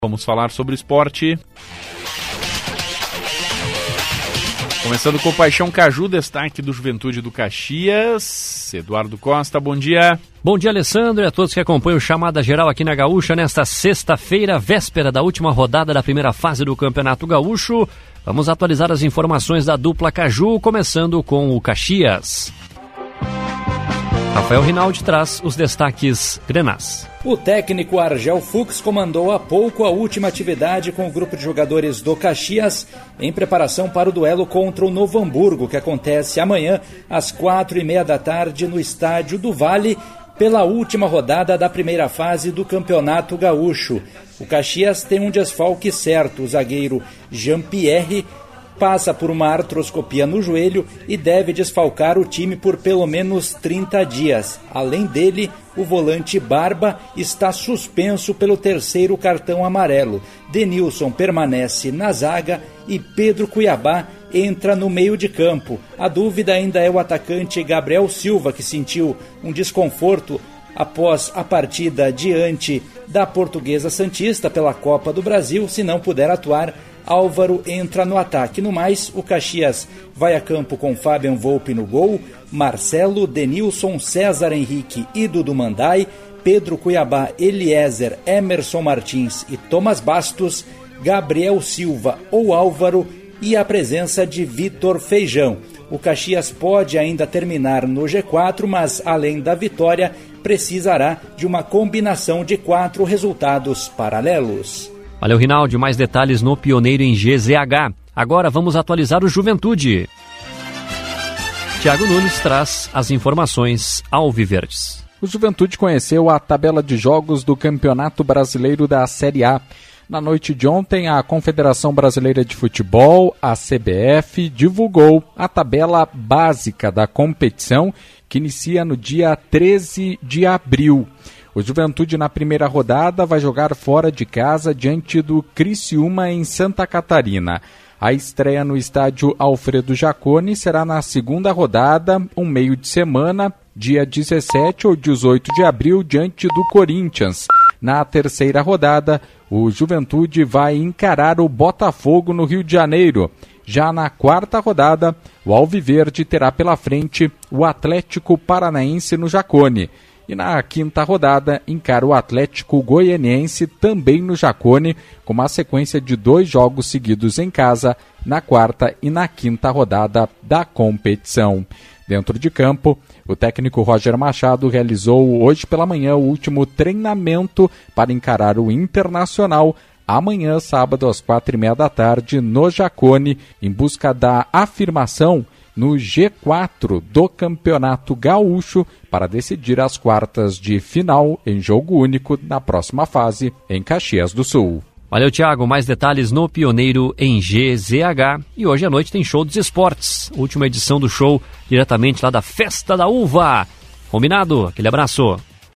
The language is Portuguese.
Vamos falar sobre esporte. Começando com o Paixão Caju, destaque do Juventude do Caxias. Eduardo Costa, bom dia. Bom dia, Alessandro, e a todos que acompanham o Chamada Geral aqui na Gaúcha nesta sexta-feira, véspera da última rodada da primeira fase do Campeonato Gaúcho. Vamos atualizar as informações da dupla Caju, começando com o Caxias. Rafael Rinaldi traz os destaques grenás. O técnico Argel Fuchs comandou há pouco a última atividade com o grupo de jogadores do Caxias em preparação para o duelo contra o Novo Hamburgo, que acontece amanhã às 4h30 da tarde no estádio do Vale, pela última rodada da primeira fase do Campeonato Gaúcho. O Caxias tem um desfalque certo, o zagueiro Jean-Pierre passa por uma artroscopia no joelho e deve desfalcar o time por pelo menos 30 dias. Além dele, o volante Barba está suspenso pelo terceiro cartão amarelo. Denilson permanece na zaga e Pedro Cuiabá entra no meio de campo. A dúvida ainda é o atacante Gabriel Silva, que sentiu um desconforto após a partida diante da Portuguesa Santista pela Copa do Brasil. Se não puder atuar, Álvaro entra no ataque. No mais, o Caxias vai a campo com Fabian Volpe no gol, Marcelo, Denilson, César Henrique e Dudu Mandai, Pedro Cuiabá, Eliezer, Emerson Martins e Thomas Bastos, Gabriel Silva ou Álvaro e a presença de Vitor Feijão. O Caxias pode ainda terminar no G4, mas além da vitória, precisará de uma combinação de 4 resultados paralelos. Valeu, Rinaldi. Mais detalhes no Pioneiro em GZH. Agora vamos atualizar o Juventude. Thiago Nunes traz as informações alviverdes. O Juventude conheceu a tabela de jogos do Campeonato Brasileiro da Série A. Na noite de ontem, a Confederação Brasileira de Futebol, a CBF, divulgou a tabela básica da competição, que inicia no dia 13 de abril. O Juventude, na primeira rodada, vai jogar fora de casa diante do Criciúma, em Santa Catarina. A estreia no estádio Alfredo Jaconi será na segunda rodada, um meio de semana, dia 17 ou 18 de abril, diante do Corinthians. Na terceira rodada, o Juventude vai encarar o Botafogo no Rio de Janeiro. Já na quarta rodada, o Alviverde terá pela frente o Atlético Paranaense no Jaconi. E na quinta rodada, encara o Atlético Goianiense também no Jaconi, com uma sequência de 2 jogos seguidos em casa, na quarta e na quinta rodada da competição. Dentro de campo, o técnico Roger Machado realizou hoje pela manhã o último treinamento para encarar o Internacional amanhã, sábado, às 4h30 da tarde, no Jaconi, em busca da afirmação no G4 do Campeonato Gaúcho para decidir as quartas de final em jogo único na próxima fase em Caxias do Sul. Valeu, Thiago. Mais detalhes no Pioneiro em GZH. E hoje à noite tem Show dos Esportes. Última edição do show diretamente lá da Festa da Uva. Combinado? Aquele abraço.